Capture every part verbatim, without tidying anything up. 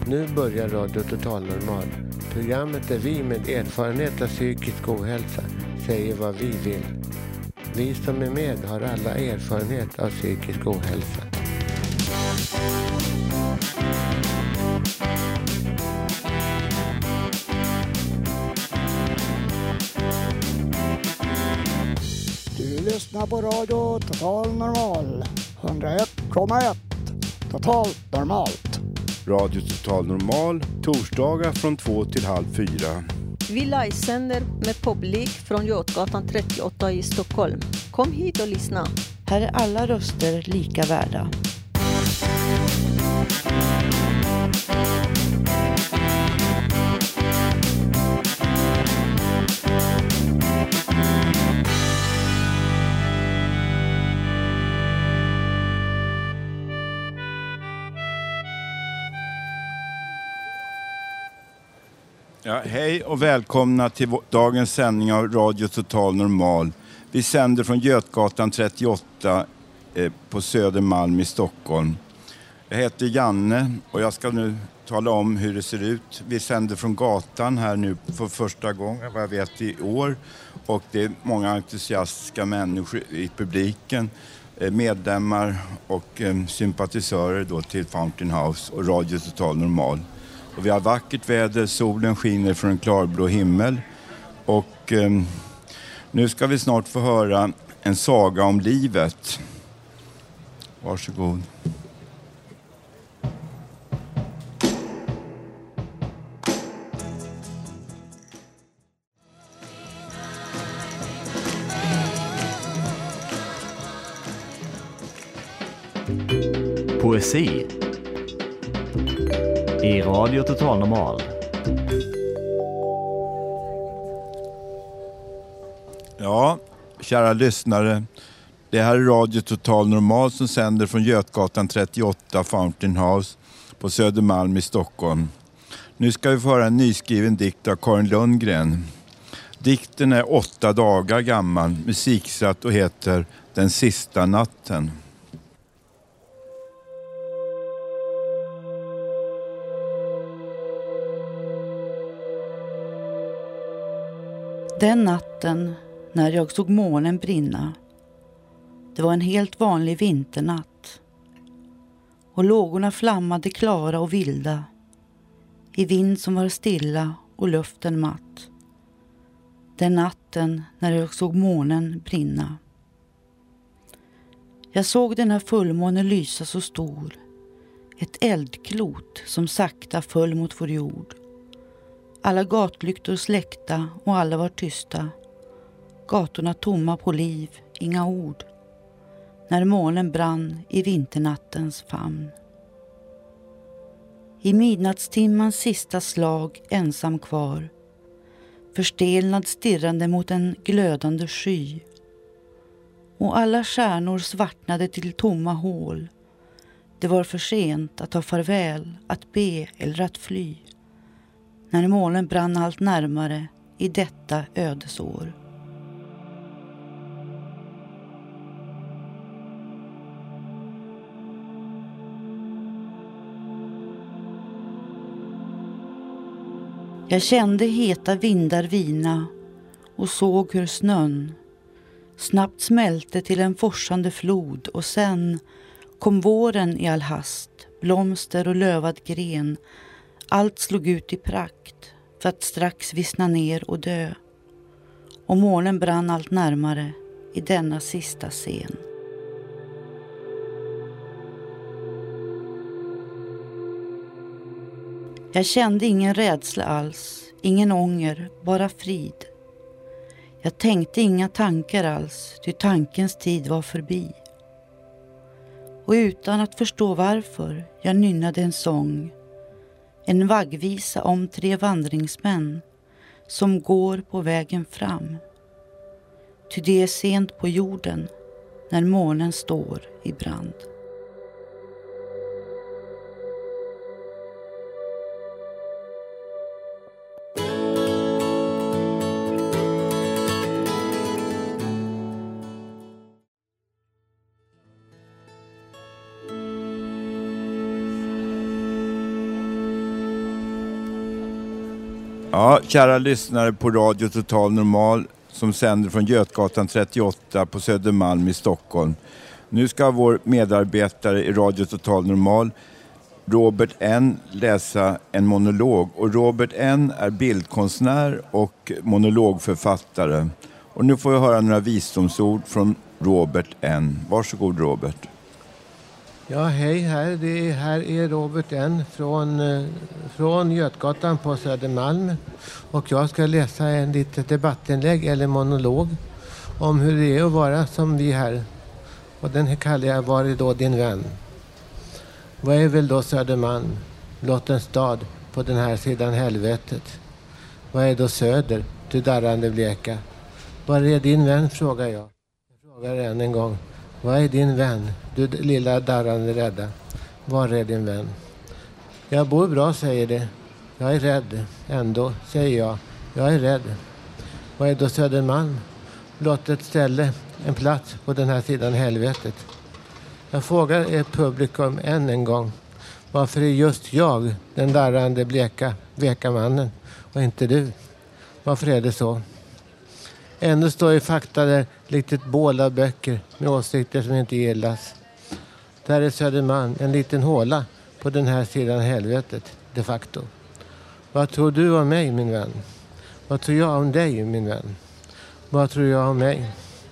Nu börjar Radio Total Normal. Programmet där vi med erfarenhet av psykisk ohälsa säger vad vi vill. Vi som är med har alla erfarenhet av psykisk ohälsa. Du lyssnar på Radio Total Normal. hundraett komma ett. Totalt normalt. Radio Total Normal, torsdagar från två till halv fyra. Vi livesänder med publik från Götgatan trettioåtta i Stockholm. Kom hit och lyssna. Här är alla röster lika värda. Ja, hej och välkomna till dagens sändning av Radio Total Normal. Vi sänder från Götgatan trettioåtta eh, på Södermalm i Stockholm. Jag heter Janne och jag ska nu tala om hur det ser ut. Vi sänder från gatan här nu för första gången, vad jag vet, i år. Och det är många entusiastiska människor i publiken, eh, medlemmar och eh, sympatisörer då till Fountain House och Radio Total Normal. Och vi har vackert väder, solen skiner från en klarblå himmel. Och eh, nu ska vi snart få höra en saga om livet. Varsågod. Poesi i Radio Total Normal. Ja, kära lyssnare. Det här är Radio Total Normal som sänder från Götgatan trettioåtta Fountain House på Södermalm i Stockholm. Nu ska vi få höra en nyskriven dikt av Karin Lundgren. Dikten är åtta dagar gammal, musiksatt och heter Den sista natten. Den natten när jag såg månen brinna. Det var en helt vanlig vinternatt. Och lågorna flammade klara och vilda. I vind som var stilla och luften matt. Den natten när jag såg månen brinna. Jag såg den här fullmånen lysa så stor. Ett eldklot som sakta föll mot vår jord. Alla gatlyktor släckta och alla var tysta. Gatorna tomma på liv, inga ord. När månen brann i vinternattens famn. I midnattstimmans sista slag ensam kvar. Förstelnad stirrande mot en glödande sky. Och alla stjärnor svartnade till tomma hål. Det var för sent att ta farväl, att be eller att fly. När månen brann allt närmare i detta ödesår. Jag kände heta vindar vina och såg hur snön snabbt smälte till en forsande flod och sen kom våren i all hast, blomster och lövad gren. Allt slog ut i prakt för att strax vissna ner och dö. Och månen brann allt närmare i denna sista scen. Jag kände ingen rädsla alls, ingen ånger, bara frid. Jag tänkte inga tankar alls, ty tankens tid var förbi. Och utan att förstå varför, jag nynnade en sång. En vaggvisa om tre vandringsmän som går på vägen fram. Ty det är sent på jorden när månen står i brand. Ja, kära lyssnare på Radio Total Normal som sänder från Götgatan trettioåtta på Södermalm i Stockholm. Nu ska vår medarbetare i Radio Total Normal, Robert N, läsa en monolog. Och Robert N är bildkonstnär och monologförfattare. Och nu får jag höra några visdomsord från Robert N. Varsågod Robert. Ja, hej här. Det är, här är Robert N från, eh, från Götgatan på Södermalm. Och jag ska läsa en litet debattinlägg eller monolog om hur det är att vara som vi här. Och den kallar jag Var är då din vän? Vad är väl då Södermalm? Blott en stad på den här sidan helvetet. Vad är då Söder, du darrande bleka? Var är din vän, frågar jag. Jag frågar än en gång. Vad är din vän, du lilla darrande rädda? Var är din vän? Jag bor bra, säger det. Jag är rädd. Ändå, säger jag. Jag är rädd. Vad är då Södermalm? Blott ett ställe, en plats på den här sidan helvetet. Jag frågar er publikum än en gång. Varför är just jag den darrande bleka, veka mannen och inte du? Varför är det så? Ändå står i fakta där likt ett bål av böcker med åsikter som inte gillas. Där är Södermalm, en liten håla på den här sidan helvetet, de facto. Vad tror du om mig, min vän? Vad tror jag om dig, min vän? Vad tror jag om mig?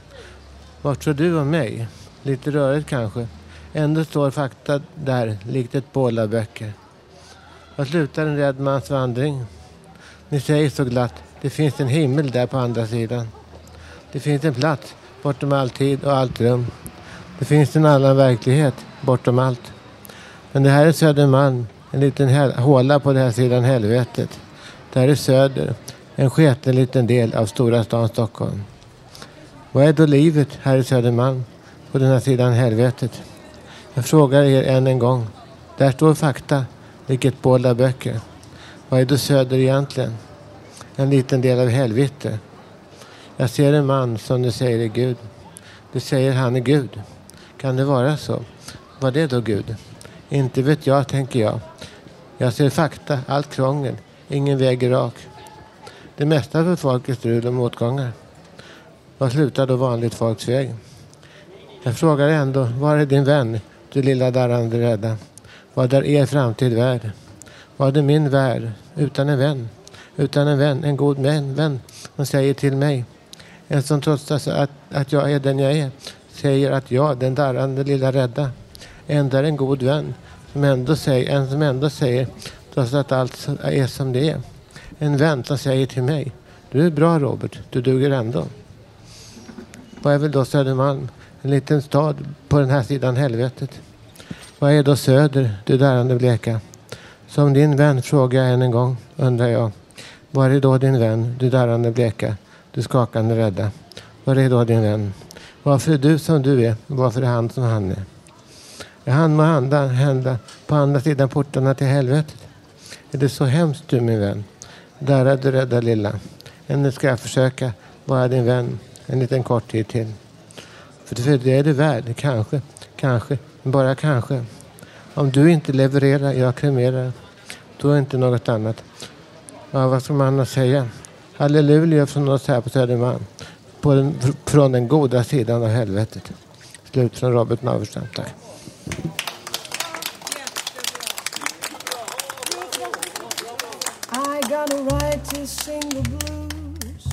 Vad tror du om mig? Lite rörigt kanske. Ändå står fakta där, likt ett bål av böcker. Vad slutar en rädd mans vandring? Ni säger så glatt, det finns en himmel där på andra sidan. Det finns en plats bortom all tid och allt rum. Det finns en annan verklighet bortom allt. Men det här är Södermalm, en liten hel- håla på den här sidan helvetet. Det här är Söder, en sketen liten del av stora stan Stockholm. Vad är då livet här i Södermalm, på den här sidan helvetet? Jag frågar er än en gång. Där står fakta, vilket båda böcker. Vad är då Söder egentligen? En liten del av helvete. Jag ser en man som du säger är Gud. Du säger han är Gud. Kan det vara så? Vad är då Gud? Inte vet jag, tänker jag. Jag ser fakta, allt krångel. Ingen väg är rak. Det mesta för folk är strul och motgångar. Vad slutar då vanligt folks väg? Jag frågar ändå, var är din vän, du lilla darrande rädda? Vad är er framtid värd? Vad är min värld utan en vän? Utan en vän, en god vän, vän. Hon säger till mig. En som trots att, att jag är den jag är. Säger att jag, den darrande lilla rädda. Ändå är en god vän. Som ändå säger, en som ändå säger. Trots att allt är som det är. En vän som säger till mig. Du är bra Robert, du duger ändå. Vad är väl då Södermalm? En liten stad på den här sidan helvetet. Vad är då Söder, du darrande bleka? Som din vän frågar jag än en gång, undrar jag. Var är då din vän, du darrande bleka, du skakande rädda? Var är då din vän? Varför är du som du är, varför är han som han är? Är han må hända, hända på andra sidan portarna till helvetet? Är det så hemskt du min vän? Darrade rädda lilla. Ännu ska jag försöka vara din vän en liten kort tid till. För det är det värd, kanske, kanske, bara kanske. Om du inte levererar, jag kremerar. Då är inte något annat. Ja, vad ska man säga? Halleluja från oss här på Södermalm. På den, från den goda sidan av helvetet. Slut från Robert Naverstam. Tack. I got a right to sing the blues.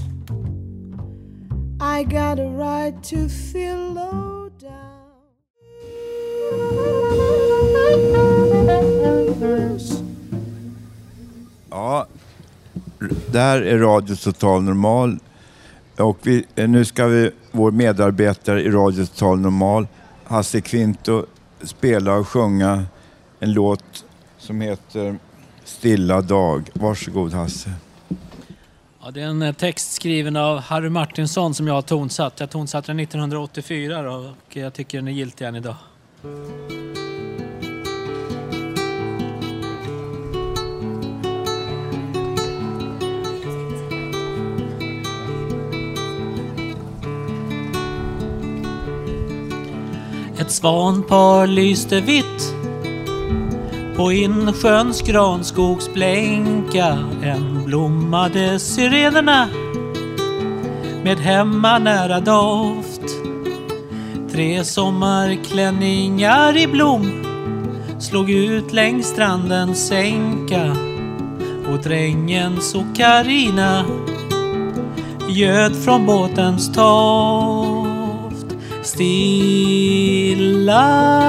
I got a right to feel low down. Ja, där är Radio Total Normal. Och vi, nu ska vi, vår medarbetare i Radio Total Normal, Hasse Kvinto, spela och sjunga en låt som heter Stilla dag. Varsågod Hasse. Ja, det är en text skriven av Harry Martinsson som jag har tonsatt. Jag tonsatte den nittonhundraåttiofyra då, och jag tycker den är giltig än idag. Ett svanpar lyste vitt På insjöns granskogsblänka en blommade syrenerna med hemma nära doft. Tre sommarklänningar i blom slog ut längs strandens sänka och drängens och Karina göd från båtens toft. Stilla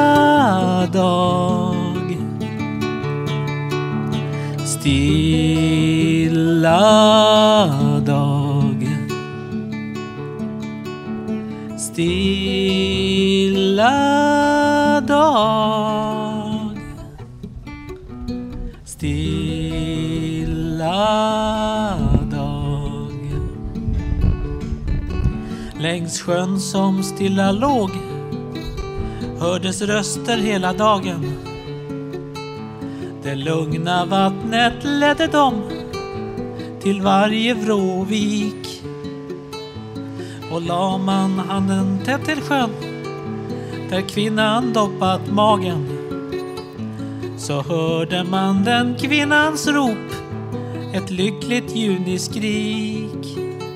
dag, stilla dag, stilla dag, stilla dag. Längs sjön som stilla låg hördes röster hela dagen. Det lugna vattnet ledde dem till varje vråvik. Och la man handen tätt till sjön där kvinnan doppat magen, så hörde man den kvinnans rop, ett lyckligt juniskrik.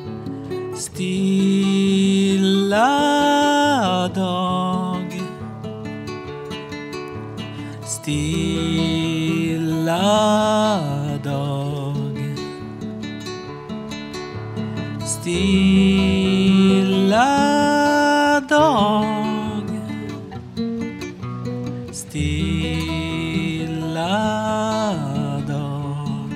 Stilla dag, stilla dag, stilla dag, stilla dag.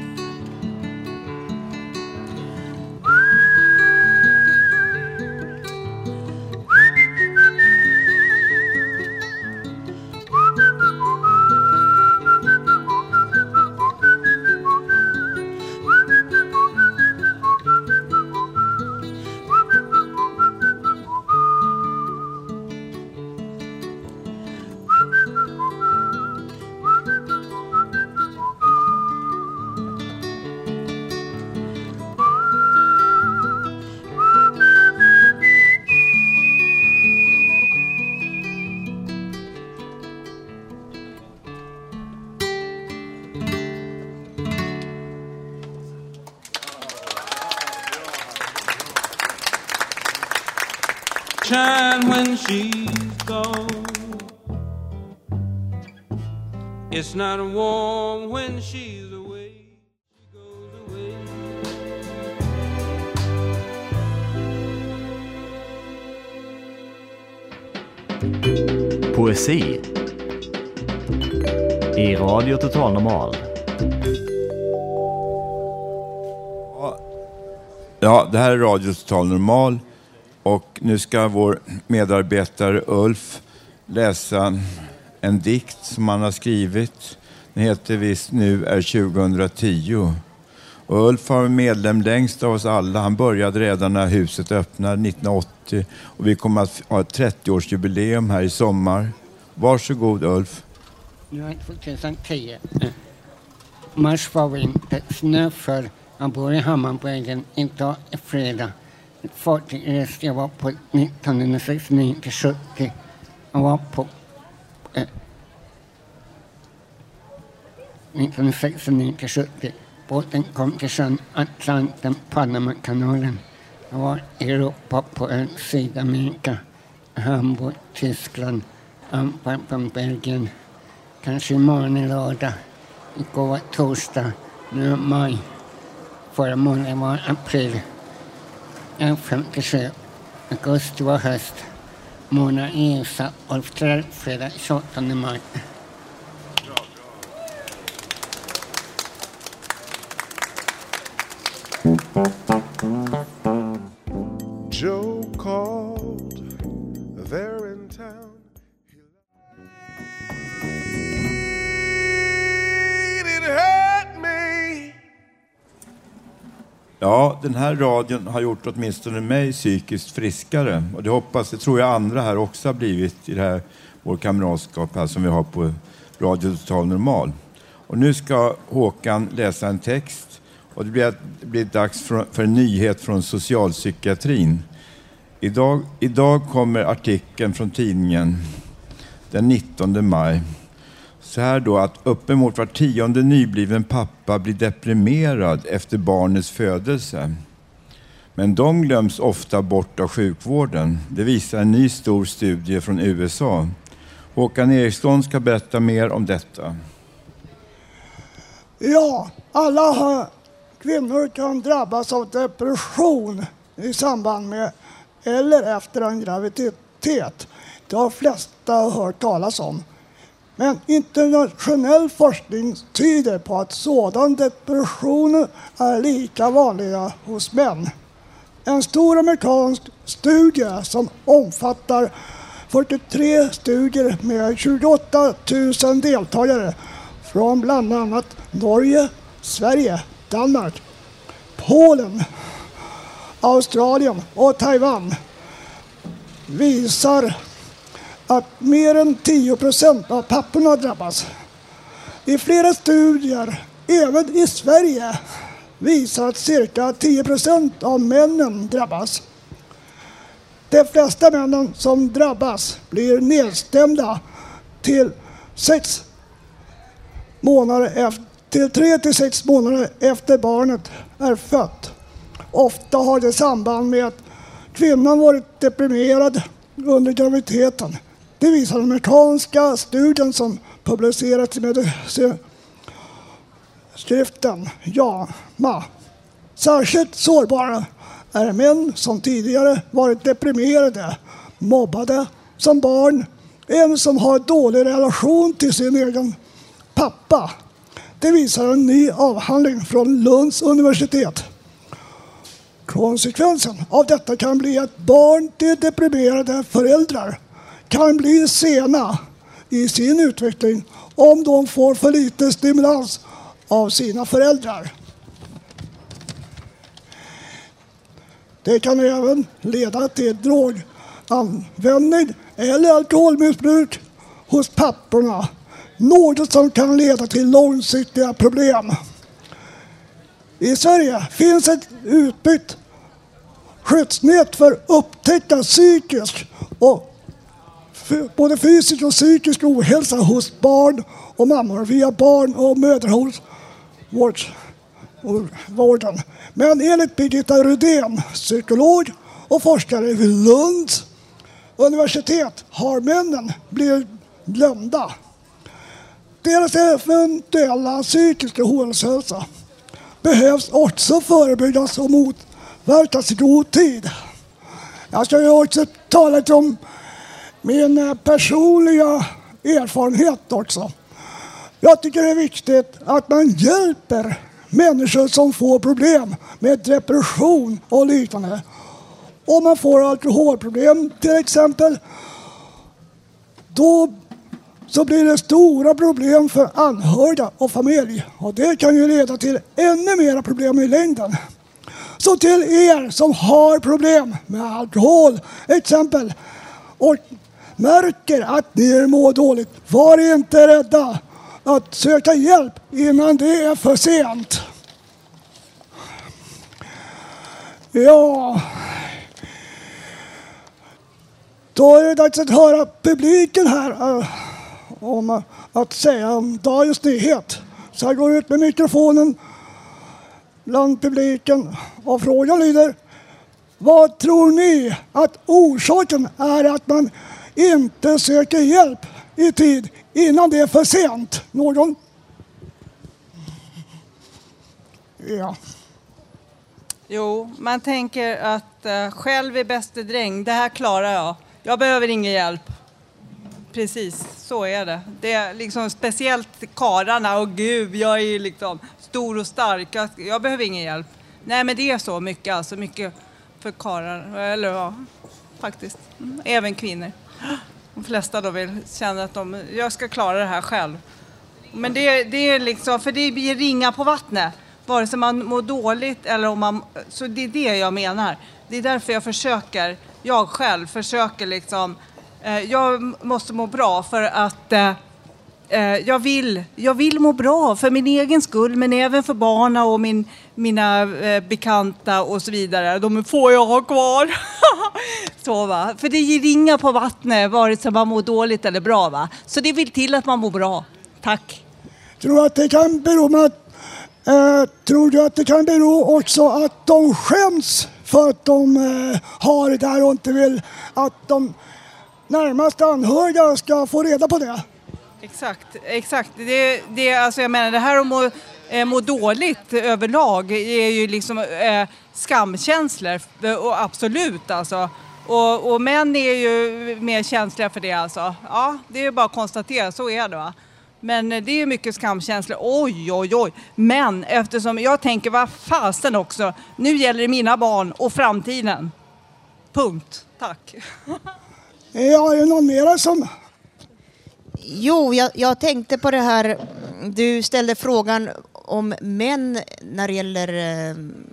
Shine when she's gone. It's not warm when she's away. She goes away. Poesi i Radio Total Normal. Ja, det här är Radio Total Normal. Och nu ska vår medarbetare Ulf läsa en dikt som han har skrivit. Den heter visst Nu är tjugohundratio. Och Ulf var medlem längst av oss alla. Han började redan när huset öppnade nittonhundraåttio. Och vi kommer att ha ett trettioårsjubileum här i sommar. Varsågod Ulf. Nu är tjugohundratio. Mars var vinter, snö för. Jag bor i Hammarbygen. Idag är fredag. Ett fartyg reste jag var på nittonhundrasextionio till sjuttio. Jag var på eh, nittonhundrasextionio till sjuttio. Båten kom till sjön Atlanten, Panamakanalen. Jag var i Europa på ön Sydamerika. Hamburg, Tyskland, Antwerpen, Belgien. Kanske imorgon är lördag. Igår var torsdag. Nu är maj. Förra månaden var april. Jag är femtiosju. Augusti var höst. Månad i U S A. Ulf Trell, fredag tjugoåttonde maj. Joe called there in town. It hurt me. Ja, den här radion har gjort åtminstone mig psykiskt friskare. Och det hoppas, det tror jag andra här också har blivit i det här, vår kamratskap här som vi har på Radio Total Normal. Och nu ska Håkan läsa en text. Och det blir, det blir dags för, för en nyhet från socialpsykiatrin. Idag, idag kommer artikeln från tidningen den nittonde maj. så här då att uppemot var tionde nybliven pappa blir deprimerad efter barnets födelse. Men de glöms ofta bort av sjukvården. Det visar en ny stor studie från U S A. Håkan Eriksson ska berätta mer om detta. Ja, alla kvinnor kan drabbas av depression i samband med eller efter en graviditet. Det har de flesta hört talas om. Men internationell forskning tyder på att sådan depression är lika vanliga hos män. En stor amerikansk studie som omfattar fyrtiotre studier med tjugoåtta tusen deltagare från bland annat Norge, Sverige, Danmark, Polen, Australien och Taiwan visar att mer än tio procent av papporna drabbas. I flera studier, även i Sverige, visar att cirka tio procent av männen drabbas. De flesta männen som drabbas blir nedstämda till sex månader efter, till tre till sex månader efter barnet är fött. Ofta har det samband med att kvinnan varit deprimerad under graviditeten. Det visar den amerikanska studien som publicerats i skriften JAMA. Särskilt sårbara är män som tidigare varit deprimerade, mobbade som barn, en som har dålig relation till sin egen pappa. Det visar en ny avhandling från Lunds universitet. Konsekvensen av detta kan bli att barn till deprimerade föräldrar kan bli sena i sin utveckling om de får för lite stimulans av sina föräldrar. Det kan även leda till droganvändning eller alkoholmissbruk hos papporna. Något som kan leda till långsiktiga problem. I Sverige finns ett utbyggt skyddsnät för upptäcka psykisk och både fysisk och psykisk ohälsa hos barn och mammor via barn- och mödravården. Men enligt Birgitta Rudén, psykolog och forskare vid Lunds universitet, har männen blivit glömda. Deras eventuella psykiska ohälsa behövs också förebyggas och motverkas i god tid. Jag ska ju också tala lite om min personliga erfarenhet också. Jag tycker det är viktigt att man hjälper människor som får problem med depression och liknande. Om man får alkoholproblem till exempel, då så blir det stora problem för anhöriga och familj. Och det kan ju leda till ännu mer problem i längden. Så till er som har problem med alkohol exempel och märker att ni mår dåligt, var inte rädda att söka hjälp innan det är för sent. Ja, då är det dags att höra publiken här om att säga om dagens nyhet. Så jag går ut med mikrofonen bland publiken och frågan lyder: vad tror ni att orsaken är att man inte söker hjälp i tid innan det är för sent? Någon? Ja. Jo, man tänker att uh, själv är bäste dräng. Det här klarar jag. Jag behöver ingen hjälp. Precis, så är det. Det är liksom speciellt karlarna. Och gud, jag är liksom stor och stark. Jag, jag behöver ingen hjälp. Nej, men det är så mycket. Alltså mycket för karlar. Eller ja, faktiskt. Mm, även kvinnor. De flesta då vill känna att de, jag ska klara det här själv. Men det, det är liksom, för det blir ringa på vattnet. Vare sig man mår dåligt eller om man... Så det är det jag menar. Det är därför jag försöker, jag själv försöker liksom... Eh, jag måste må bra för att eh, eh, jag, vill, jag vill må bra för min egen skull. Men även för barna och min, mina eh, bekanta och så vidare. De får jag ha kvar. Så va. För det ger ringa på vattnet vare sig man mår dåligt eller bra va. Så det vill till att man mår bra. Tack. Tror att det kan bero med att, eh, tror du att det kan bero också att de skäms för att de eh, har det där och inte vill att de närmaste anhöriga ska få reda på det? Exakt, exakt. Det, det, alltså jag menar, det här att må, eh, må dåligt överlag är ju liksom eh, skamkänslor, och absolut alltså. Och, och män är ju mer känsliga för det alltså. Ja, det är bara att konstatera, så är det va. Men det är ju mycket skamkänslor. Oj, oj, oj. Men eftersom jag tänker, vad fasen också. Nu gäller det mina barn och framtiden. Punkt. Tack. Ja, är det någon mera som... Jo, jag, jag tänkte på det här. Du ställde frågan om män när det gäller eh,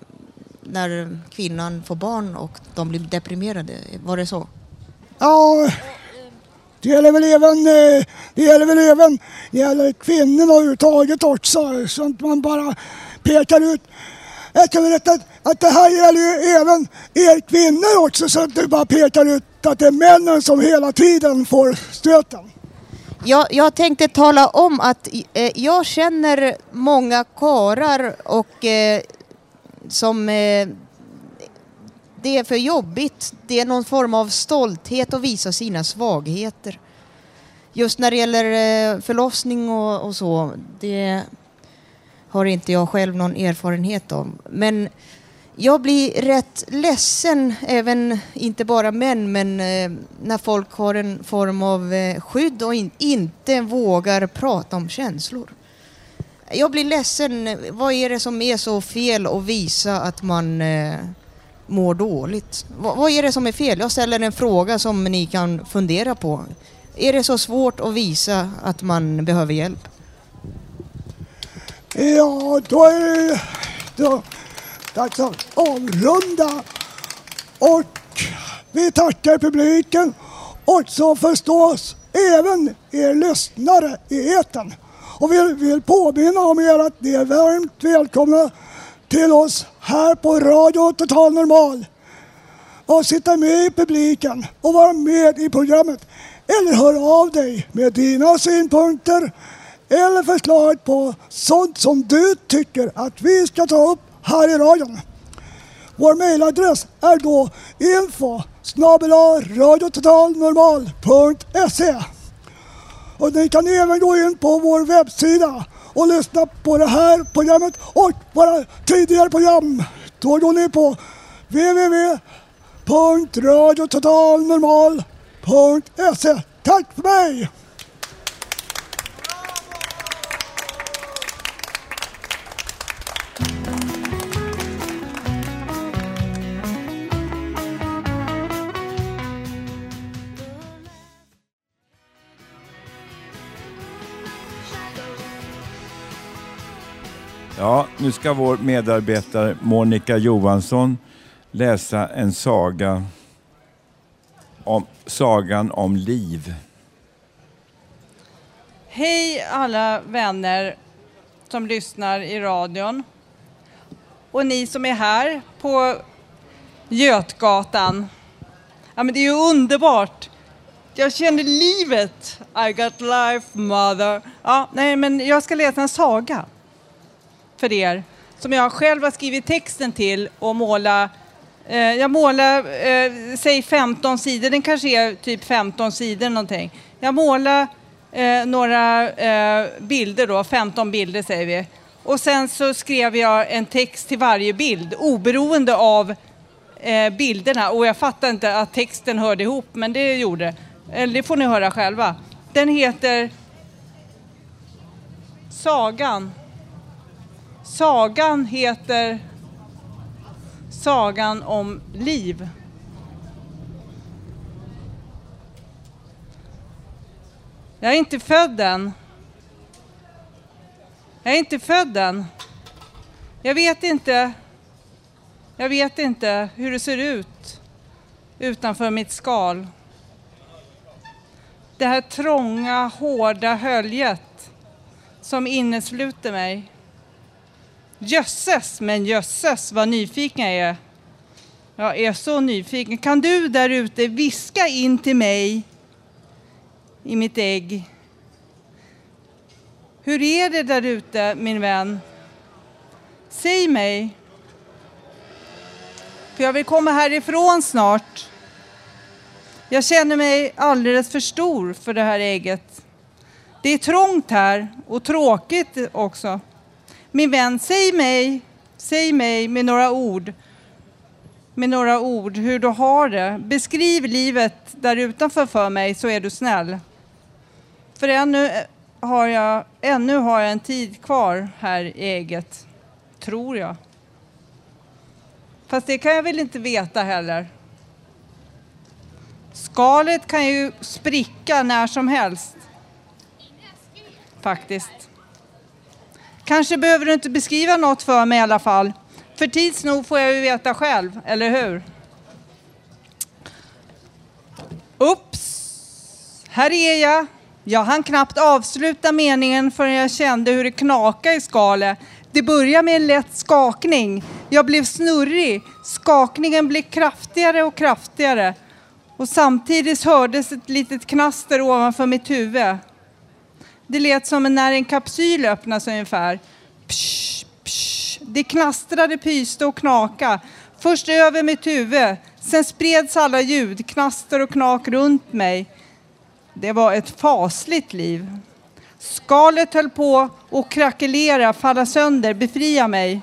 när kvinnan får barn och de blir deprimerade. Var det så? Ja, det gäller väl även, det gäller väl även det gäller kvinnorna överhuvudtaget också. Så att man bara pekar ut. Jag kan berätta att, att det här gäller ju även er kvinnor också. Så att du bara pekar ut att det är männen som hela tiden får stöten. Jag, jag tänkte tala om att eh, jag känner många karar och eh, som eh, det är för jobbigt. Det är någon form av stolthet att visa sina svagheter. Just när det gäller eh, förlossning och, och så, det har inte jag själv någon erfarenhet om. Men jag blir rätt ledsen, även inte bara män, men eh, när folk har en form av eh, skydd och in, inte vågar prata om känslor. Jag blir ledsen. Vad är det som är så fel att visa att man eh, mår dåligt? V- vad är det som är fel? Jag ställer en fråga som ni kan fundera på. Är det så svårt att visa att man behöver hjälp? Ja, då är det då, dags att avrunda. Och vi tackar publiken och så förstås även er lyssnare i etern. Och vi vill påminna om er att ni är varmt välkomna till oss här på Radio Total Normal. Och sitta med i publiken och vara med i programmet. Eller hör av dig med dina synpunkter eller förslag på sånt som du tycker att vi ska ta upp här i radion. Vår mejladress är då info snabel-a radiototalnormal punkt se. Och ni kan även gå in på vår webbsida och lyssna på det här programmet och våra tidigare program. Då går ni på w w w punkt radiototalnormal punkt se. Tack för mig! Ja, nu ska vår medarbetare Monica Johansson läsa en saga om sagan om liv. Hej alla vänner som lyssnar i radion. Och ni som är här på Götgatan. Ja, men det är ju underbart. Jag känner livet. I got life, mother. Ja, nej, men jag ska läsa en saga för er som jag själv har skrivit texten till och måla. Eh, jag målar, eh, säg femton sidor, den kanske är typ femton sidor någonting. Jag målar eh, några eh, bilder då, femton bilder säger vi. Och sen så skrev jag en text till varje bild, oberoende av eh, bilderna. Och jag fattar inte att texten hörde ihop, men det gjorde. Eller det får ni höra själva. Den heter Sagan. Sagan heter Sagan om liv. Jag är inte född än. Jag är inte född än. Jag vet inte. Jag vet inte hur det ser ut utanför mitt skal. Det här trånga, hårda höljet som innesluter mig. Jösses, men jösses vad nyfiken jag är. Jag är så nyfiken. Kan du där ute viska in till mig i mitt ägg? Hur är det där ute, min vän? Säg mig. För jag vill komma härifrån snart. Jag känner mig alldeles för stor för det här ägget. Det är trångt här och tråkigt också. Min vän, säg mig, säg mig med några ord. Med några ord hur du har det. Beskriv livet där utanför för mig så är du snäll. För ännu har jag, ännu har jag en tid kvar här i ägget. Tror jag. Fast det kan jag väl inte veta heller. Skalet kan ju spricka när som helst. Faktiskt. Kanske behöver du inte beskriva något för mig i alla fall. För tids nog får jag ju veta själv, eller hur? Ups! Här är jag. Jag hann knappt avsluta meningen förrän jag kände hur det knakade i skalet. Det började med en lätt skakning. Jag blev snurrig. Skakningen blev kraftigare och kraftigare. Och samtidigt hördes ett litet knaster ovanför mitt huvud. Det lät som när en kapsyl öppnas ungefär. Psh, psh. Det knastrade, pyste och knaka. Först över mitt huvud. Sen spreds alla ljud, knaster och knak runt mig. Det var ett fasligt liv. Skalet höll på att krackelera, falla sönder, befria mig.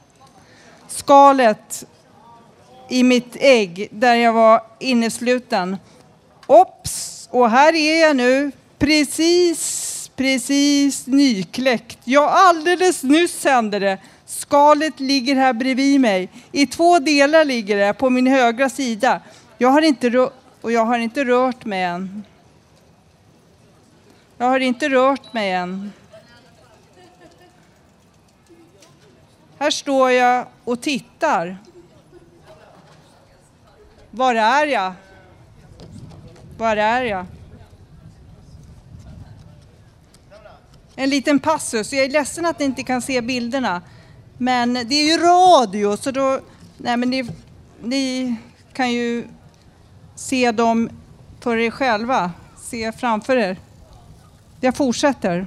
Skalet i mitt ägg där jag var innesluten. Ops! Och här är jag nu. Precis, precis nykläckt. Jag alldeles nyss hände det. Skalet ligger här bredvid mig. I två delar ligger det på min högra sida. Jag har inte, rö- och jag har inte rört mig än. Jag har inte rört mig än. Här står jag och tittar. Var är jag? Var är jag? En liten passus. Jag är ledsen att ni inte kan se bilderna. Men det är ju radio så då... Nej men ni, ni kan ju se dem för er själva. Se framför er. Jag fortsätter.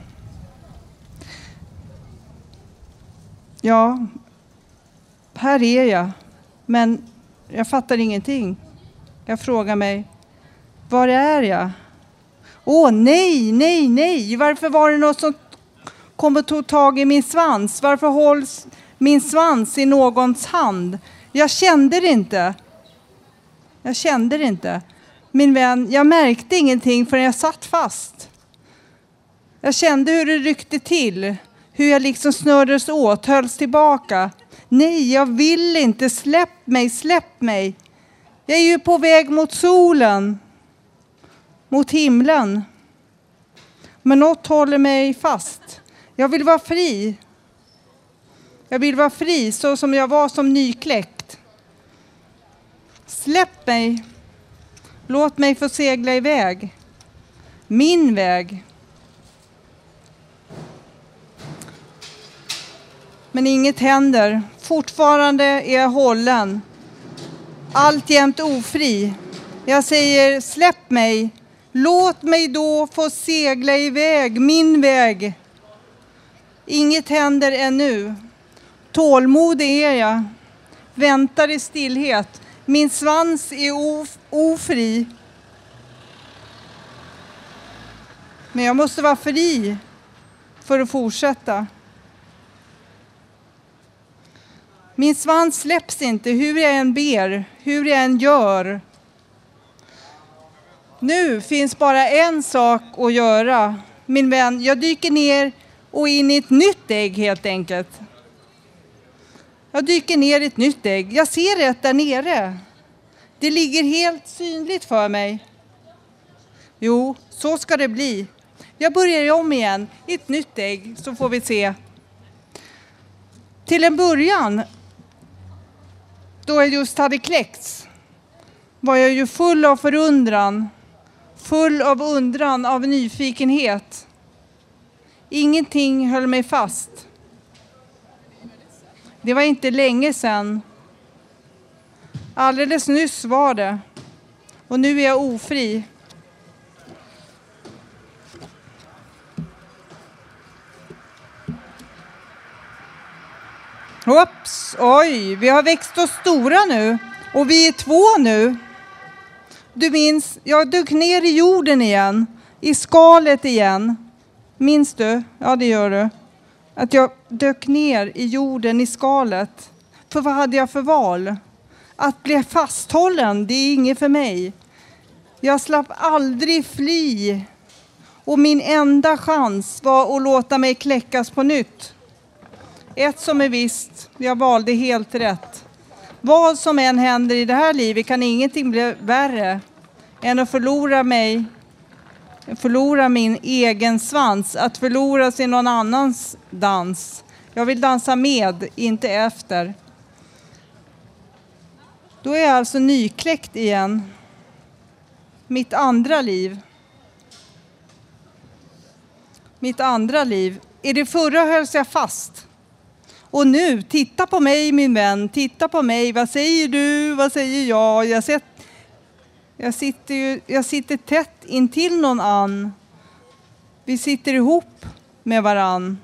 Ja, här är jag. Men jag fattar ingenting. Jag frågar mig, var är jag? Åh, nej, nej, nej. Varför var det något som kom och tog tag i min svans? Varför hålls min svans i någons hand? Jag kände det inte. Jag kände det inte. Min vän, jag märkte ingenting förrän jag satt fast. Jag kände hur det ryckte till. Hur jag liksom snördes åt, hölls tillbaka. Nej, jag vill inte. Släpp mig, släpp mig. Jag är ju på väg mot solen. Mot himlen. Men något håller mig fast. Jag vill vara fri. Jag vill vara fri så som jag var som nykläckt. Släpp mig. Låt mig få segla iväg. Min väg. Men inget händer. Fortfarande är jag hållen. Alltjämt ofri. Jag säger släpp mig. Låt mig då få segla iväg. Min väg. Inget händer ännu. Tålmodig är jag. Väntar i stillhet. Min svans är of- ofri. Men jag måste vara fri för att fortsätta. Min svans släpps inte hur jag än ber, hur jag än gör. Nu finns bara en sak att göra. Min vän, jag dyker ner och in i ett nytt ägg helt enkelt. Jag dyker ner i ett nytt ägg. Jag ser det där nere. Det ligger helt synligt för mig. Jo, så ska det bli. Jag börjar om igen i ett nytt ägg så får vi se. Till en början, då jag just hade kläckts, var jag ju full av förundran. Full av undran, av nyfikenhet. Ingenting höll mig fast. Det var inte länge sedan. Alldeles nyss var det. Och nu är jag ofri. Hopps, oj, vi har växt oss stora nu. Och vi är två nu. Du minns, jag dök ner i jorden igen. I skalet igen. Minns du? Ja, det gör du. Att jag dök ner i jorden, i skalet. För vad hade jag för val? Att bli fasthållen, det är inget för mig. Jag slapp aldrig fly. Och min enda chans var att låta mig kläckas på nytt. Ett som är visst, jag valde helt rätt. Vad som än händer i det här livet kan ingenting bli värre än att förlora mig, förlora min egen svans, att förlora sig någon annans dans. Jag vill dansa med, inte efter. Då är jag alltså nykläckt igen. Mitt andra liv. Mitt andra liv. I det förra hölls jag fast. Och nu, titta på mig min vän, titta på mig. Vad säger du, vad säger jag? Jag, sett, jag, sitter, ju, jag sitter tätt intill någon annan. Vi sitter ihop med varann.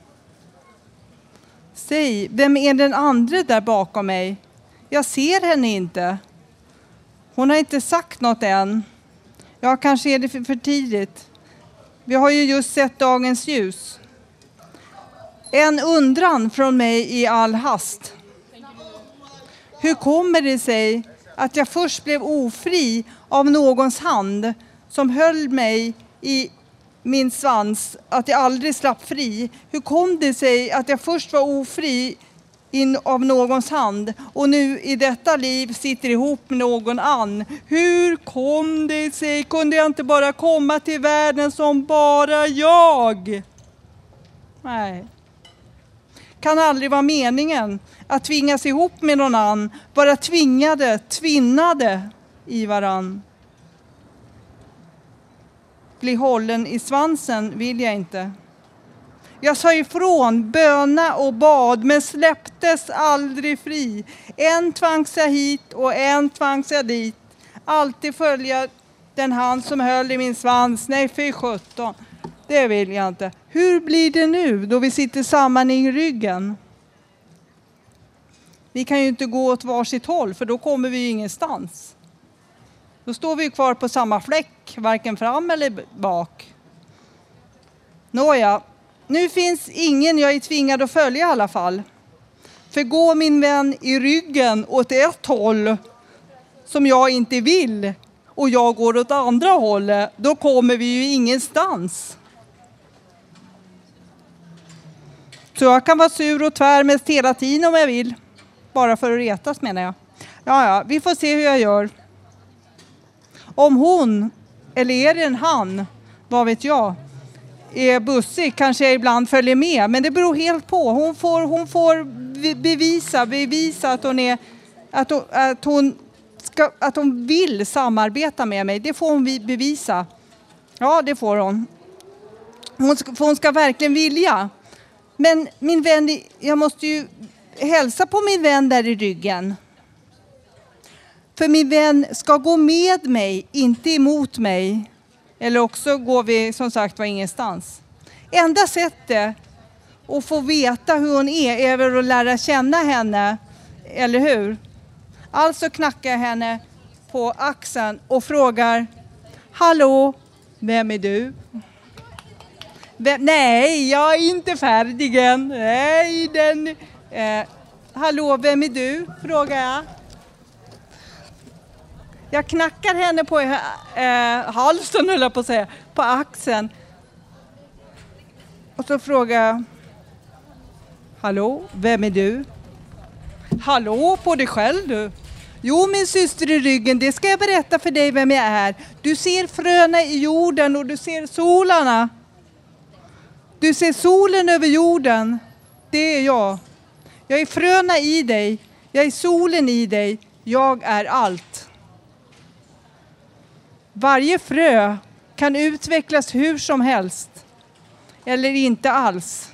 Säg, vem är den andra där bakom mig? Jag ser henne inte. Hon har inte sagt något än. Ja, kanske är det för, för tidigt. Vi har ju just sett dagens ljus. En undran från mig i all hast. Hur kommer det sig att jag först blev ofri av någons hand som höll mig i min svans, att jag aldrig slapp fri? Hur kom det sig att jag först var ofri in av någons hand och nu i detta liv sitter ihop med någon annan? Hur kom det sig? Kunde jag inte bara komma till världen som bara jag? Nej. Kan aldrig vara meningen att tvingas ihop med någon annan, vara tvingade, tvinnade i varann. Bli hållen i svansen vill jag inte. Jag sa ifrån, böna och bad, men släpptes aldrig fri. En tvangs jag hit och en tvangs jag dit. Alltid följa den hand som höll i min svans. Nej, för sjutton. Det vill jag inte. Hur blir det nu då vi sitter samman i ryggen? Vi kan ju inte gå åt varsitt håll för då kommer vi ju ingenstans. Då står vi kvar på samma fläck, varken fram eller bak. Nåja, nu finns ingen jag är tvingad att följa i alla fall. För gå min vän i ryggen åt ett håll som jag inte vill och jag går åt andra hållet, då kommer vi ju ingenstans. Så jag kan vara sur och tvär mest hela tiden om jag vill. Bara för att retas menar jag. Ja, ja, vi får se hur jag gör. Om hon, eller är det en han, vad vet jag, är bussig kanske jag ibland följer med. Men det beror helt på. Hon får, hon får bevisa, bevisa att hon, är, att hon, att hon, ska, att hon vill samarbeta med mig. Det får hon bevisa. Ja, det får hon. Hon ska, hon ska verkligen vilja. Men min vän, jag måste ju hälsa på min vän där i ryggen. För min vän ska gå med mig, inte emot mig. Eller också går vi som sagt var ingenstans. Enda sättet att få veta hur hon är är väl att lära känna henne. Eller hur? Alltså knackar jag henne på axeln och frågar: hallå, vem är du? Vem? Nej, jag är inte färdig än. Nej, den... Eh, hallå, vem är du? Frågar jag. Jag knackar henne på eh, halsen, höll jag på att säga, på axeln. Och så frågar jag: hallå, vem är du? Hallå på dig själv du. Jo, min syster i ryggen, det ska jag berätta för dig vem jag är. Du ser fröna i jorden och du ser solarna. Du ser solen över jorden. Det är jag. Jag är fröna i dig. Jag är solen i dig. Jag är allt. Varje frö kan utvecklas hur som helst. Eller inte alls.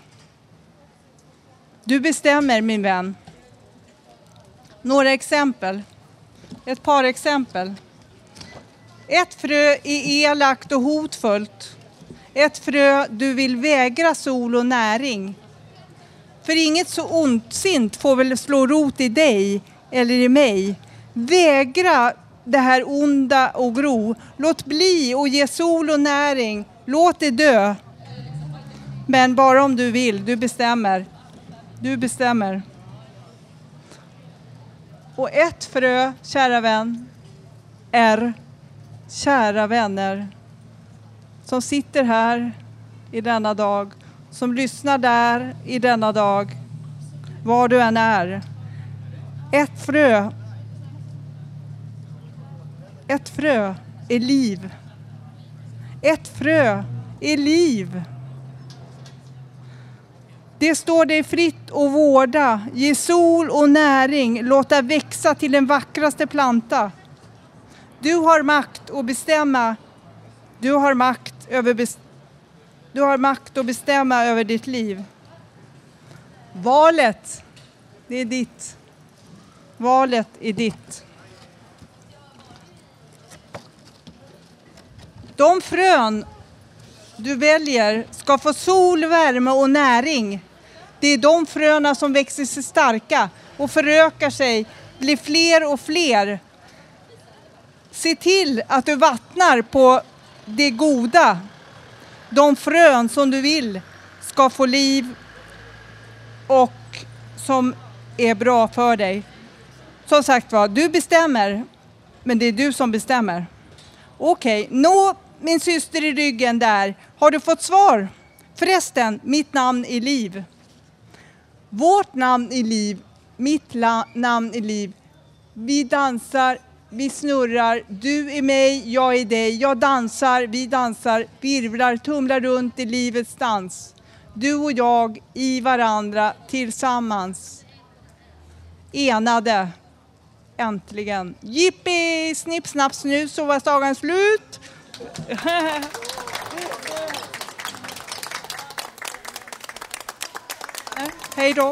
Du bestämmer, min vän. Några exempel. Ett par exempel. Ett frö är elakt och hotfullt. Ett frö du vill vägra sol och näring. För inget så ondsint får väl slå rot i dig eller i mig. Vägra det här onda och gro. Låt bli och ge sol och näring. Låt det dö. Men bara om du vill, du bestämmer. Du bestämmer. Och ett frö, kära vän, är kära vänner som sitter här i denna dag, som lyssnar där i denna dag, var du än är. Ett frö, ett frö är liv. Ett frö är liv. Det står dig fritt att vårda, ge sol och näring, låta växa till den vackraste planta. Du har makt att bestämma. Du har makt över bes- Du har makt att bestämma över ditt liv. Valet, det är ditt. Valet är ditt. De frön du väljer ska få sol, värme och näring. Det är de fröna som växer sig starka och förökar sig, blir fler och fler. Se till att du vattnar på det goda. De frön som du vill ska få liv och som är bra för dig. Som sagt var, du bestämmer, men det är du som bestämmer. Okej, okay. Nå min syster i ryggen där. Har du fått svar? Förresten, mitt namn är Liv. Vårt namn är Liv. Mitt la- namn är Liv. Vi dansar, vi snurrar. Du är mig, jag är dig. Jag dansar, vi dansar, virvlar, tumlar runt i livets dans. Du och jag i varandra tillsammans. Enade. Äntligen. Jippi, snipp, snapp, snus, så var dagen slut. Hej då.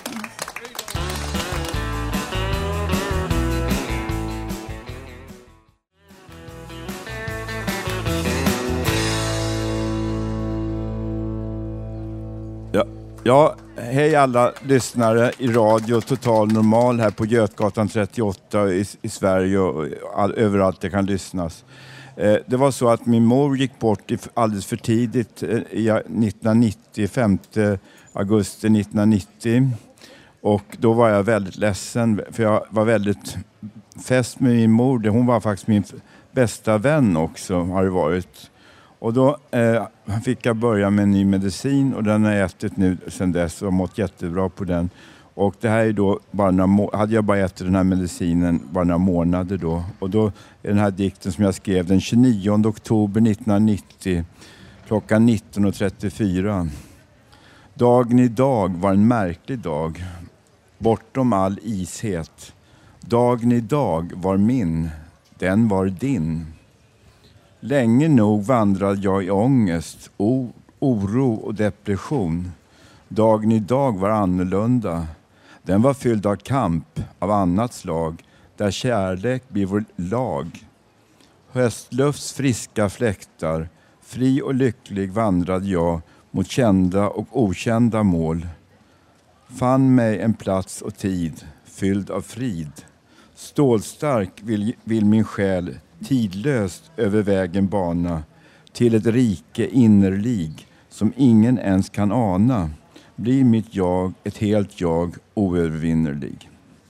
Ja, ja, hej alla lyssnare i radio Total Normal här på Götgatan trettioåtta i, i Sverige och all, överallt det kan lyssnas. Eh, det var så att min mor gick bort i, alldeles för tidigt eh, i nittonhundranittio, femte augusti nittonhundranittio. Och då var jag väldigt ledsen för jag var väldigt fäst med min mor. Hon var faktiskt min bästa vän också, har det varit. Och då eh, fick jag börja med en ny medicin och den har jag ätit nu sedan dess och mått jättebra på den. Och det här är då bara några må- hade jag bara ätit den här medicinen bara några månader då. Och då är den här dikten som jag skrev den tjugonionde oktober nittonhundranittio klockan nitton och trettiofyra. Dagen idag var en märklig dag, bortom all ishet. Dagen idag var min, den var din. Länge nog vandrade jag i ångest, o- oro och depression. Dagen idag var annorlunda. Den var fylld av kamp av annat slag, där kärlek blir vår lag. Höstlufts friska fläktar, fri och lycklig vandrade jag mot kända och okända mål. Fann mig en plats och tid, fylld av frid. Stålstark vill, vill min själ tidlöst över vägen bana till ett rike innerlig som ingen ens kan ana. Blir mitt jag ett helt jag oövervinnerlig.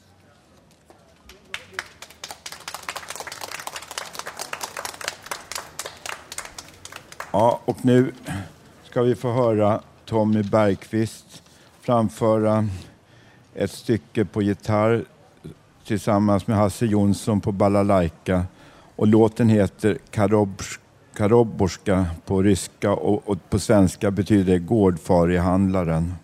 Ja, och nu ska vi få höra Tommy Bergqvist framföra ett stycke på gitarr tillsammans med Hasse Jonsson på balalaika. Och låten heter Karobs- Karoborska på ryska och, och på svenska betyder gårdfarihandlaren.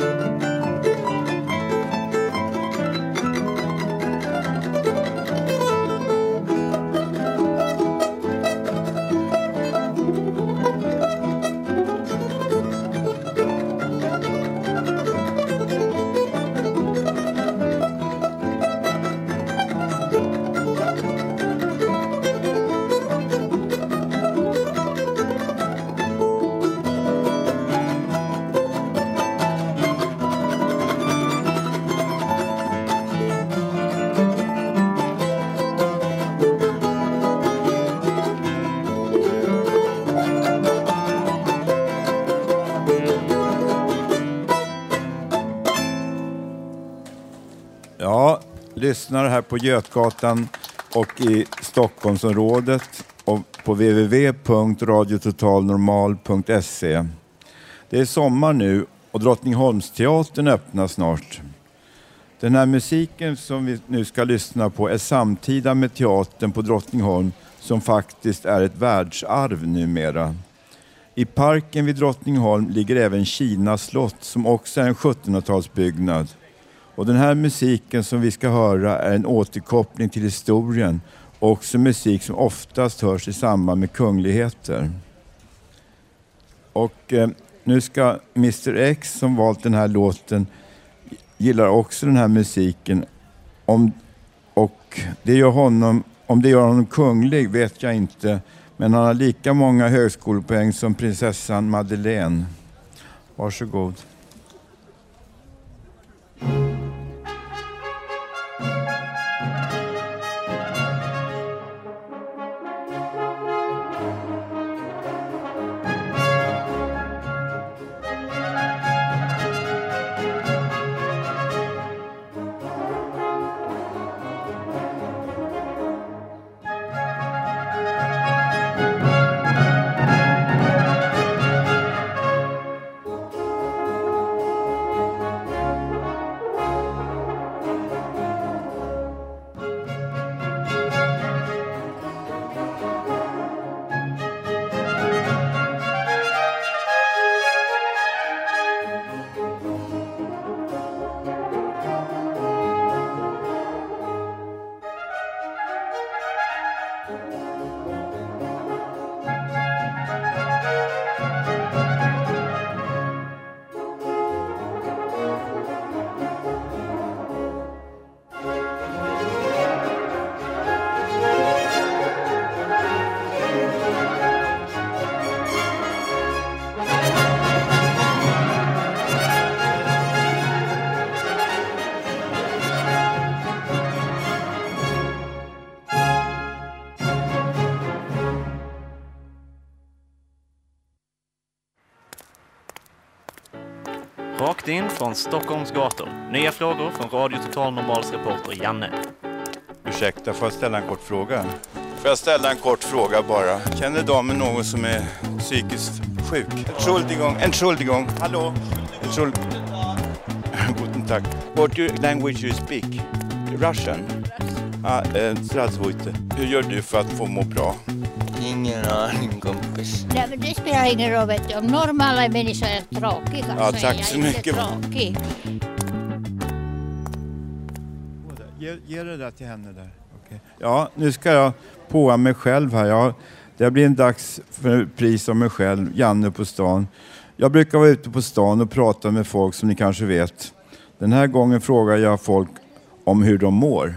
Ja, lyssnar här på Götgatan och i Stockholmsområdet och på w w w punkt radiototalnormal punkt se. Det är sommar nu och Drottningholmsteatern öppnar snart. Den här musiken som vi nu ska lyssna på är samtida med teatern på Drottningholm som faktiskt är ett världsarv numera. I parken vid Drottningholm ligger även Kina slott som också är en sjuttonhundratalsbyggnad. Och den här musiken som vi ska höra är en återkoppling till historien och också musik som oftast hörs i samband med kungligheter. Och eh, nu ska mister X som valt den här låten gillar också den här musiken. Om, och det gör honom, om det gör honom kunglig vet jag inte. Men han har lika många högskolepoäng som prinsessan Madeleine. Varsågod. Rakt in från Stockholms gator. Nya frågor från Radio Total Normals reporter Janne. Ursäkta, får jag ställa en kort fråga? Får jag ställa en kort fråga bara? Känner damen någon som är psykiskt sjuk? Entschuldigung, Entschuldigung. Hallå? Entschuldigung. Guten Tag. What your language you speak? Russian? Ah, eh, Strasvojte. Hur gör du för att få må bra? Ingen aning, kompis. Nej, men det spelar ingen roll, vet du. Om normala människor är tråkiga ja, så tack är jag så inte mycket. tråkig. Ge, ge det där till henne där. Okay. Ja, nu ska jag påa mig själv här. Jag, det blir en dags för pris av mig själv, Janne på stan. Jag brukar vara ute på stan och prata med folk som ni kanske vet. Den här gången frågar jag folk om hur de mår.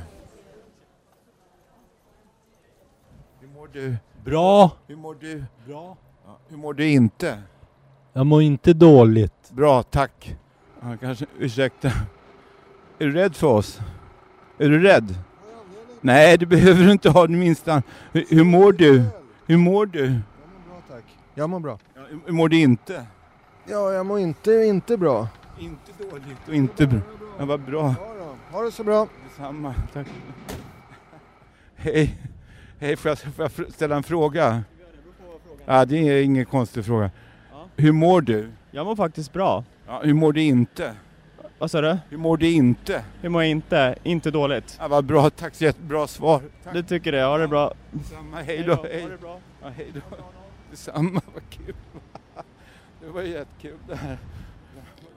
Hur mår du? Bra. Hur mår du? Bra. Ja, hur mår du inte? Jag mår inte dåligt. Bra, tack. Ja, kanske, ursäkta. Är du rädd för oss? Är du rädd? Nej, det behöver du inte ha det minsta. Hur, hur mår du? Hur mår du? Jag mår bra, tack. Jag mår bra. Ja, hur mår du inte? Ja, jag mår inte, inte bra. Inte dåligt och inte bra. Ja, vad bra. Ja, då. Ha det så bra. Detsamma, tack. Hej. Hej, får jag, får jag ställa en fråga? Ja, det är ingen konstig fråga. Ja. Hur mår du? Jag mår faktiskt bra. Ja, hur mår du inte? Vad sa du? Hur mår du inte? Hur mår jag inte? Inte dåligt. Ja, vad bra, tack så jättebra svar. Tack. Du tycker det, ha det bra. Detsamma, hej då. Hej. Ha det bra. Ja, hej då. Detsamma, vad kul. Det var jättekul det här.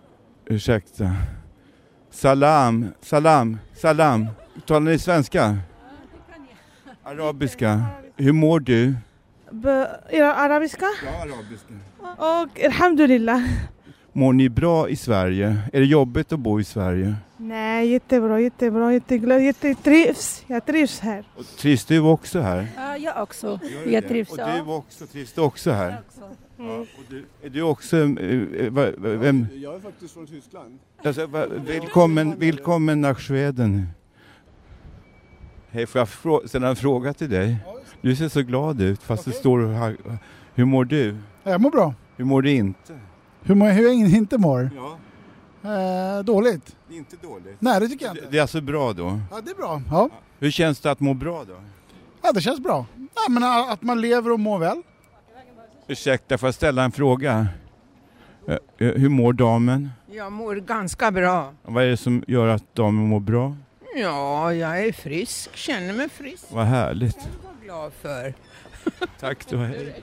Ursäkta. Salam, salam, salam. Talar ni svenska? Arabiska. Hur mår du? Ja, arabiska? Ja, arabiska. Och alhamdulillah. Mår ni bra i Sverige? Är det jobbigt att bo i Sverige? Nej, jättebra, jättebra, jätteglad, jättetrivs. Jag trivs här. Och trivs du också här? Ja, jag också. Jag, jag trivs. Och ja. du också, trivs du också här? Också. Mm. Ja, och du, är du också... Äh, va, va, vem? Jag är faktiskt från Tyskland. Alltså, va, välkommen, välkommen nach Schweden. Hej, får jag frå- ställa en fråga till dig? Du ser så glad ut fast okay. Du står här. Hur mår du? Jag mår bra. Hur mår du inte? Hur, mår, hur jag inte mår? Ja. Eh, dåligt. Inte dåligt? Nej, det tycker jag inte. Det är alltså bra då? Ja, det är bra. Ja. Hur känns det att må bra då? Ja, det känns bra. Ja, men att man lever och mår väl. Ursäkta, får jag ställa en fråga? Hur mår damen? Jag mår ganska bra. Vad är det som gör att damen mår bra? Ja, jag är frisk. Känner mig frisk. Vad härligt. Jag är glad för. Tack du. Hej.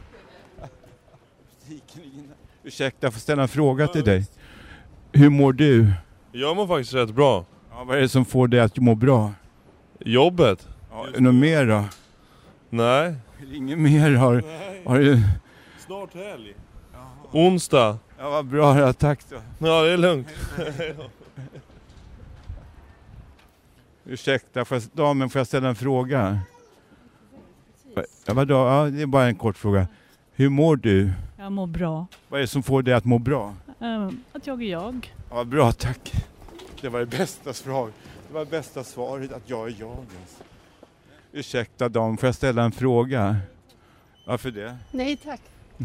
Ursäkta, jag får ställa en fråga till dig. Hur mår du? Jag mår faktiskt rätt bra. Ja, vad är det som får dig att må bra? Jobbet. Ja, något mer då? Nej. Inget mer har, har du... Snart helg. Onsdag. Ja, vad bra. Ja, tack då. Ja, det är lugnt. Ursäkta, får jag, damen, får jag ställa en fråga? Ja, vadå? Ja, det är bara en kort fråga. Hur mår du? Jag mår bra. Vad är det som får dig att må bra? Um, att jag är jag. Ja, bra, tack. Det var det bästa svaret. Det var det bästa svaret, att jag är jag. Alltså. Ursäkta, dam, får jag ställa en fråga? Varför det? Nej, tack.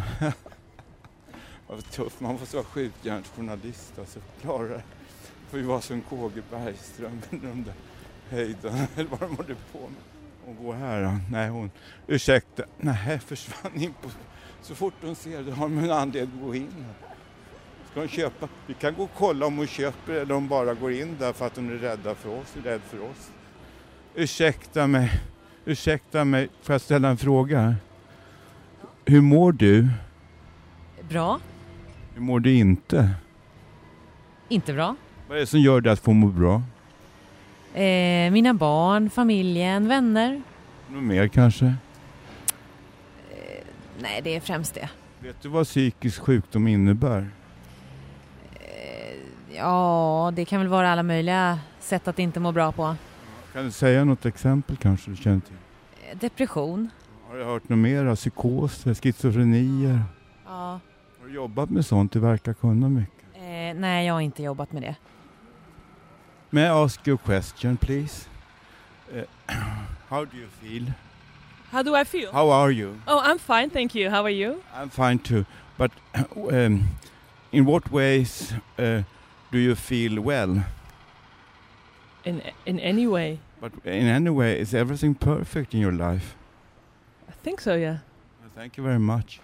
Vad tufft, man får vara skjutjärnsjournalist. Alltså, klara det. Får ju vara som K G Bergström med de där höjden. Eller vad de håller på med. Hon går här då. Nej, hon... Ursäkta. Nej, försvann in på... Så fort hon ser det har hon en anledning att gå in. Ska hon köpa? Vi kan gå och kolla om hon köper eller om hon bara går in där för att hon är rädda för oss. Är rädd för oss. Ursäkta mig. Ursäkta mig. Får jag ställa en fråga? Hur mår du? Bra. Hur mår du inte? Inte bra. Vad är det som gör dig att få må bra? Eh, mina barn, familjen, vänner. Något mer kanske? Eh, nej, det är främst det. Vet du vad psykisk sjukdom innebär? Eh, ja, det kan väl vara alla möjliga sätt att inte må bra på. Kan du säga något exempel kanske du känner till? Eh, depression. Har du hört något mer? Psykoser, schizofrenier? Ja. Har du jobbat med sånt? Du verkar kunna mycket. Eh, nej, jag har inte jobbat med det. May I ask you a question, please? Uh, how do you feel? How do I feel? How are you? Oh, I'm fine, thank you. How are you? I'm fine too. But um, in what ways uh, do you feel well? In in any way. But in any way, is everything perfect in your life? I think so, yeah. Thank you very much.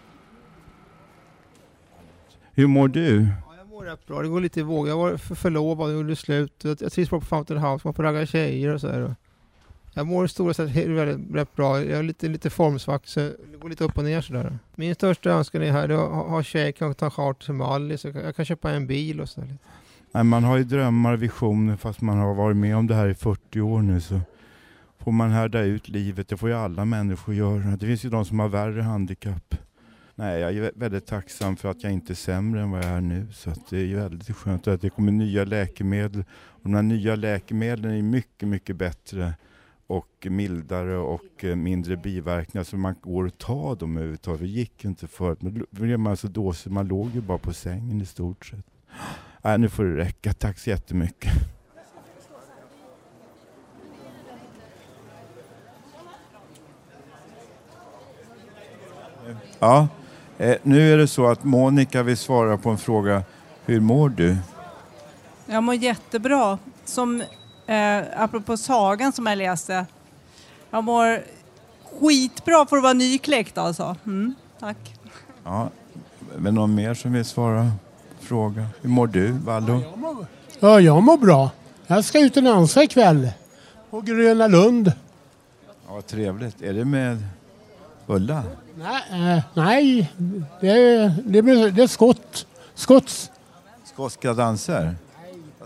Hur mår du? Jag mår rätt bra. Det går lite i våg. Jag var för förlovad och gjorde slut. Jag, jag trivs bra på Fountain House. Man får ragga tjejer och så här. Jag mår i stora sätt väldigt rätt bra. Jag är lite, lite formsvack så det går lite upp och ner sådär. Min största önskan är här att ha, ha tjej, kan ta chart till Mali. Så jag kan köpa en bil och så där. Nej, man har ju drömmar och visioner fast man har varit med om det här i fyrtio år nu så får man härda ut livet. Det får ju alla människor göra. Det finns ju de som har värre handikapp. Nej, jag är väldigt tacksam för att jag inte är sämre än vad jag är nu. Så att det är ju väldigt skönt att det kommer nya läkemedel. Och de här nya läkemedlen är mycket, mycket bättre och mildare och mindre biverkningar. Så man går och tar dem överhuvudtaget. Det gick inte förut. Men blev man så dåsig, man låg ju bara på sängen i stort sett. Nej, nu får det räcka. Tack så jättemycket. Ja, eh, nu är det så att Monica vill svara på en fråga. Hur mår du? Jag mår jättebra. Som, eh, apropå sagan som jag läste. Jag mår skitbra för att vara nykläckt alltså. Mm, tack. Ja, men någon mer som vill svara fråga? Hur mår du, Vallo? Ja, jag mår, ja, jag mår bra. Jag ska ut och dansa ikväll på Gröna Lund. Ja, trevligt. Är det med Ulla? Nej, äh, nej. Det, är, det, är, det är skott. Skotts. Skotska danser?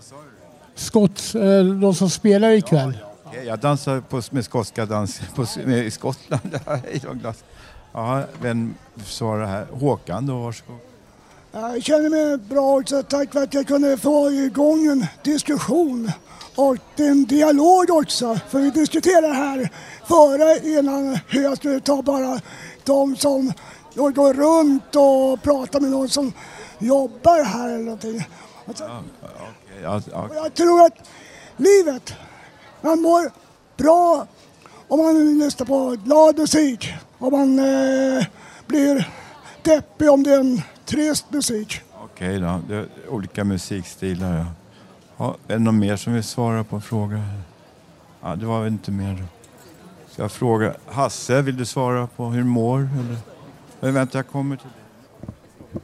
Skotts, eh, de som spelar ikväll. Okej, jag dansar på, med skotska dans på, med, i Skottland. Ja, vem svarar här? Håkan då, varsågod. Jag känner mig bra också, tack för att jag kunde få igång en diskussion och en dialog också. För vi diskuterar här före innan hur jag skulle ta bara de som går runt och pratar med någon som jobbar här eller någonting. Alltså, ja, okay, ja, okay. Jag tror att livet, man mår bra om man lyssnar på glad musik. Om man eh, blir deppig om det är en trist musik. Okej då, det är olika musikstilar. Ja. Ja, är det någon mer som vill svara på en fråga? Ja, det var väl inte mer då. Ska jag fråga, Hasse, vill du svara på hur du mår? Eller? Men vänta, jag kommer till det.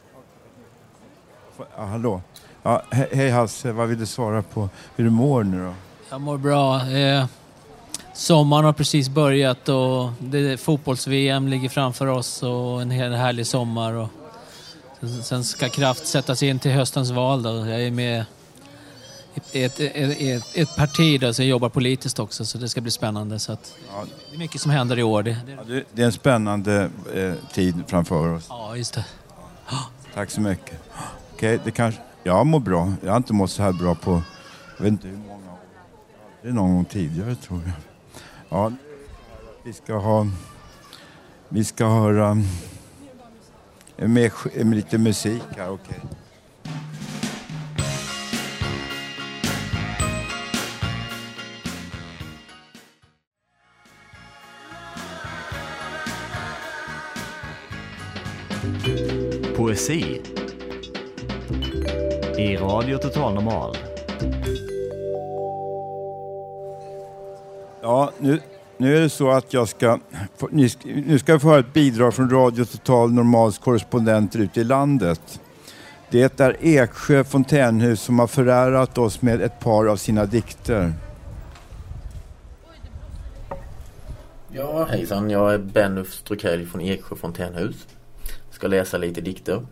Ja, hallå. Ja, he- hej Hasse, vad vill du svara på hur du mår nu då? Jag mår bra. Eh, sommaren har precis börjat och det fotbolls-V M ligger framför oss och en hel härlig sommar. Och sen ska kraft sättas in till höstens val då. Jag är med i ett, ett, ett, ett parti där, så jag jobbar politiskt också, så det ska bli spännande. Så att, ja, det är mycket som händer i år. Det, det... Ja, det, det är en spännande eh, tid framför oss. Ja, just det. Tack så mycket. Okej, det kanske... Jag mår bra. Jag har inte mått så här bra på... Jag vet inte hur många år. Det är någon gång tidigare, tror jag. Ja, vi ska ha... Vi ska höra... Med, med lite musik här, okej. Poesi i Radio Total Normal. Ja, nu, nu är det så att jag ska... Nu ska jag få höra ett bidrag från Radio Total Normals korrespondenter ute i landet. Det är Eksjö fontänhus som har förärat oss med ett par av sina dikter. Ja, hejsan. Jag är Benuf Strukell från Eksjö fontänhus. Jag ska läsa lite dikter.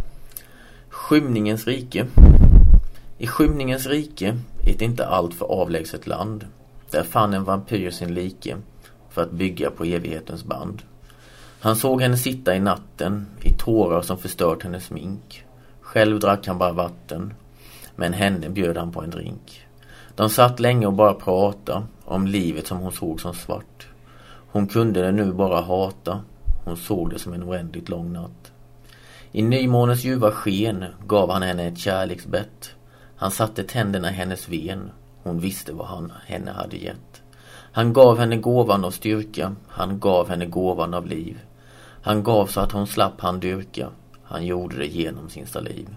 Skymningens rike. I skymningens rike, ett inte allt för avlägset land, där fann en vampyr sin like för att bygga på evighetens band. Han såg henne sitta i natten i tårar som förstört hennes smink. Själv drack han bara vatten, men henne bjöd han på en drink. De satt länge och bara pratade om livet som hon såg som svart. Hon kunde det nu bara hata. Hon såg det som en oändligt lång natt. I nymånens ljuva sken gav han henne ett kärleksbett. Han satte tänderna i hennes ven. Hon visste vad han henne hade gett. Han gav henne gåvan av styrka. Han gav henne gåvan av liv. Han gav så att hon slapp han dyrka. Han gjorde det genom sin saliv.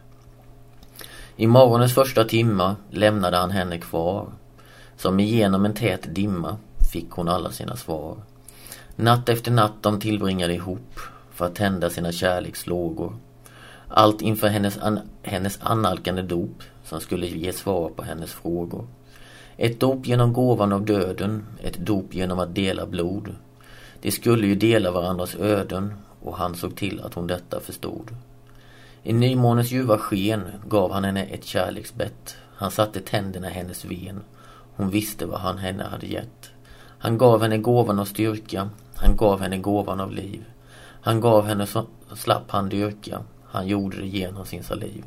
I morgonens första timma lämnade han henne kvar. Som igenom en tät dimma fick hon alla sina svar. Natt efter natt de tillbringade ihop för att tända sina kärlekslågor. Allt inför hennes, an- hennes annalkande dop som skulle ge svar på hennes frågor. Ett dop genom gåvan av döden, ett dop genom att dela blod. De skulle ju dela varandras öden och han såg till att hon detta förstod. I nymånens ljuva sken gav han henne ett kärleksbett. Han satte tänderna i hennes ven. Hon visste vad han henne hade gett. Han gav henne gåvan av styrka. Han gav henne gåvan av liv. Han gav henne så slapp han dyrka. Han gjorde det genom sin saliv.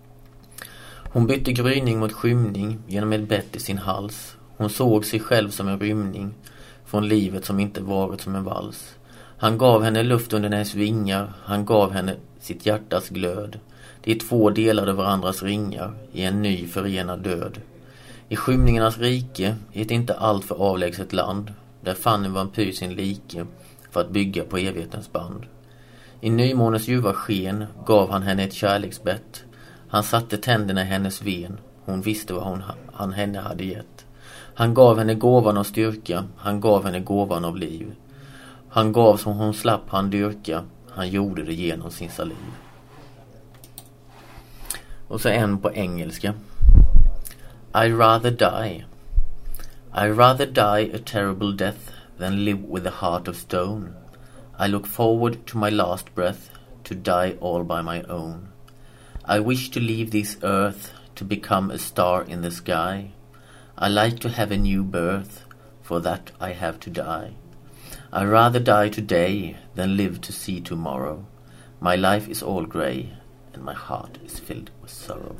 Hon bytte gryning mot skymning genom ett bett i sin hals. Hon såg sig själv som en rymning från livet som inte varit som en vals. Han gav henne luft under hennes vingar. Han gav henne sitt hjärtas glöd. De två delade varandras ringar i en ny förenad död. I skymningarnas rike, i ett inte allt för avlägset land, där fann en vampyr sin like för att bygga på evighetens band. I nymånens ljuva sken gav han henne ett kärleksbett. Han satte tänderna i hennes ven. Hon visste vad hon, han henne hade gett. Han gav henne gåvan av styrka. Han gav henne gåvan av liv. Han gav som hon slapp han dyrka. Han gjorde det genom sin saliv. Och så en på engelska. I rather die. I rather die a terrible death than live with a heart of stone. I look forward to my last breath to die all by my own. I wish to leave this earth to become a star in the sky. I like to have a new birth, for that I have to die. I rather die today than live to see tomorrow. My life is all grey and my heart is filled with sorrow.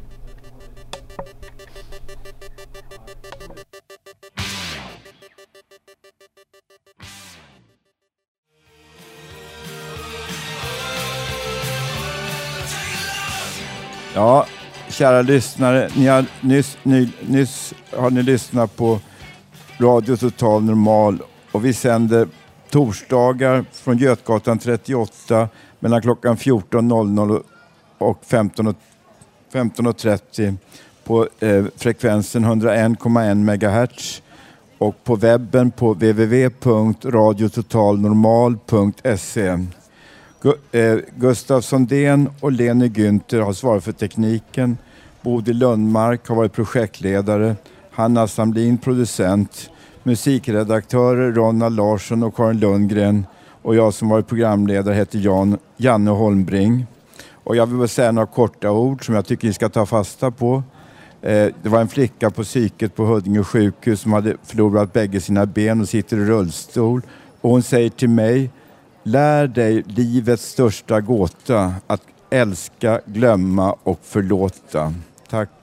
Ja, kära lyssnare, ni har nyss, ny, nyss har ni lyssnat på Radio Total Normal och vi sänder torsdagar från Götgatan trettioåtta mellan klockan fjorton och femton trettio på eh, frekvensen hundraen komma en megahertz och på webben på w w w punkt radio total normal punkt se. Gustav Sondén och Leni Günther har svarat för tekniken. Bodil Lundmark har varit projektledare. Hanna Samlin producent. Musikredaktörer Ronna Larsson och Karin Lundgren. Och jag som varit programledare heter Jan, Janne Holmbring. Och jag vill bara säga några korta ord som jag tycker ni ska ta fasta på. Eh, det var en flicka på psyket på Huddinge sjukhus som hade förlorat bägge sina ben och sitter i rullstol. Och hon säger till mig: lär dig livets största gåta, att älska, glömma och förlåta. Tack.